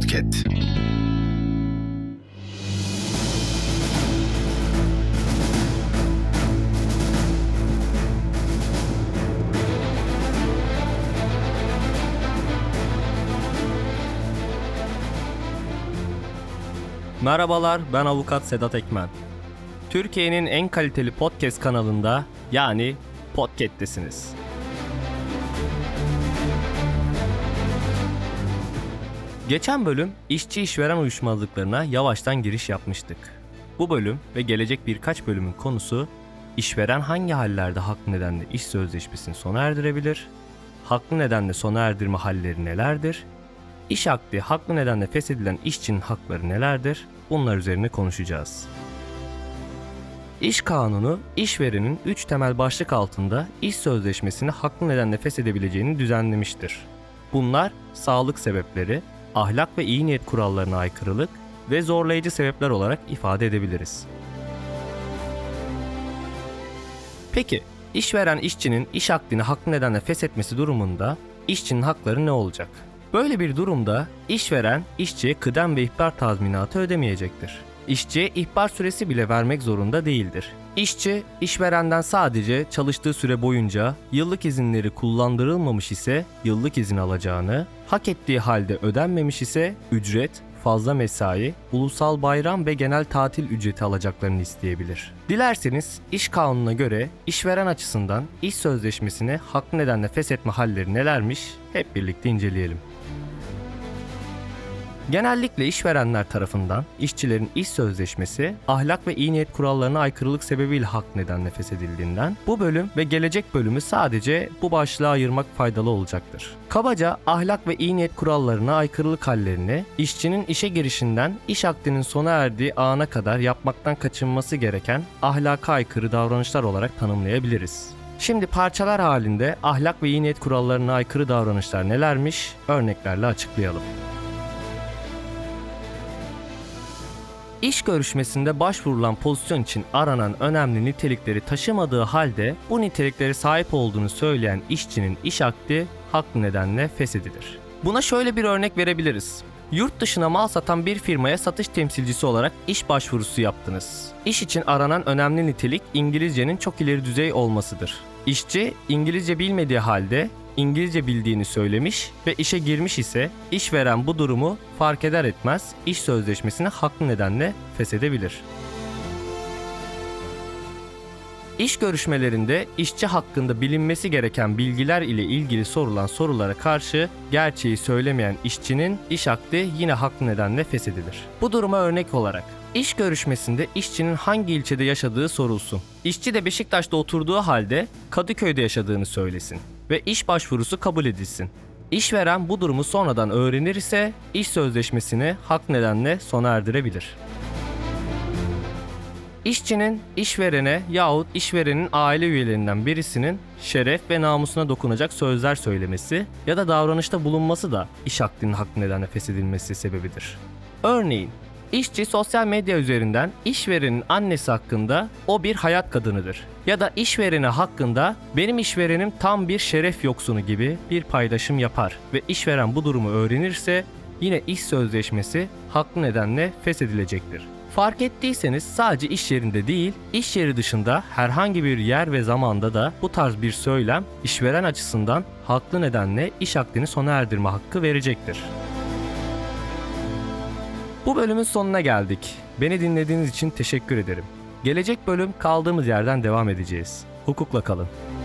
Podcast. Merhabalar, ben avukat Sedat Ekmen. Türkiye'nin en kaliteli podcast kanalında, yani Podcast'tesiniz. Geçen bölüm işçi-işveren uyuşmazlıklarına yavaştan giriş yapmıştık. Bu bölüm ve gelecek birkaç bölümün konusu, işveren hangi hallerde haklı nedenle iş sözleşmesini sona erdirebilir, haklı nedenle sona erdirme halleri nelerdir, İş akdi haklı nedenle feshedilen işçinin hakları nelerdir? Bunlar üzerine konuşacağız. İş Kanunu, işverenin 3 temel başlık altında iş sözleşmesini haklı nedenle feshedebileceğini düzenlemiştir. Bunlar sağlık sebepleri, ahlak ve iyi niyet kurallarına aykırılık ve zorlayıcı sebepler olarak ifade edebiliriz. Peki, işveren işçinin iş akdini haklı nedenle feshetmesi durumunda işçinin hakları ne olacak? Böyle bir durumda işveren işçiye kıdem ve ihbar tazminatı ödemeyecektir. İşçiye ihbar süresi bile vermek zorunda değildir. İşçi, işverenden sadece çalıştığı süre boyunca yıllık izinleri kullandırılmamış ise yıllık izin alacağını, hak ettiği halde ödenmemiş ise ücret, fazla mesai, ulusal bayram ve genel tatil ücreti alacaklarını isteyebilir. Dilerseniz iş kanununa göre işveren açısından iş sözleşmesini haklı nedenle feshetme halleri nelermiş hep birlikte inceleyelim. Genellikle işverenler tarafından işçilerin iş sözleşmesi ahlak ve iyi niyet kurallarına aykırılık sebebiyle haklı nedenle feshedildiğinden bu bölüm ve gelecek bölümü sadece bu başlığa ayırmak faydalı olacaktır. Kabaca ahlak ve iyi niyet kurallarına aykırılık hallerini işçinin işe girişinden iş akdinin sona erdiği ana kadar yapmaktan kaçınması gereken ahlaka aykırı davranışlar olarak tanımlayabiliriz. Şimdi parçalar halinde ahlak ve iyi niyet kurallarına aykırı davranışlar nelermiş örneklerle açıklayalım. İş görüşmesinde başvurulan pozisyon için aranan önemli nitelikleri taşımadığı halde bu niteliklere sahip olduğunu söyleyen işçinin iş akdi haklı nedenle feshedilir. Buna şöyle bir örnek verebiliriz. Yurt dışına mal satan bir firmaya satış temsilcisi olarak iş başvurusu yaptınız. İş için aranan önemli nitelik İngilizcenin çok ileri düzey olmasıdır. İşçi İngilizce bilmediği halde İngilizce bildiğini söylemiş ve işe girmiş ise işveren bu durumu fark eder etmez iş sözleşmesini haklı nedenle feshedebilir. İş görüşmelerinde işçi hakkında bilinmesi gereken bilgiler ile ilgili sorulan sorulara karşı gerçeği söylemeyen işçinin iş akdi yine haklı nedenle feshedilir. Bu duruma örnek olarak İş görüşmesinde işçinin hangi ilçede yaşadığı sorulsun. İşçi de Beşiktaş'ta oturduğu halde Kadıköy'de yaşadığını söylesin ve iş başvurusu kabul edilsin. İşveren bu durumu sonradan öğrenir ise iş sözleşmesini haklı nedenle sona erdirebilir. İşçinin işverene yahut işverenin aile üyelerinden birisinin şeref ve namusuna dokunacak sözler söylemesi ya da davranışta bulunması da iş akdinin haklı nedenle feshedilmesi sebebidir. Örneğin, İşçi sosyal medya üzerinden işverenin annesi hakkında o bir hayat kadınıdır ya da işvereni hakkında benim işverenim tam bir şeref yoksunu gibi bir paylaşım yapar ve işveren bu durumu öğrenirse yine iş sözleşmesi haklı nedenle feshedilecektir. Fark ettiyseniz sadece iş yerinde değil, iş yeri dışında herhangi bir yer ve zamanda da bu tarz bir söylem işveren açısından haklı nedenle iş akdini sona erdirme hakkı verecektir. Bu bölümün sonuna geldik. Beni dinlediğiniz için teşekkür ederim. Gelecek bölüm kaldığımız yerden devam edeceğiz. Hukukla kalın.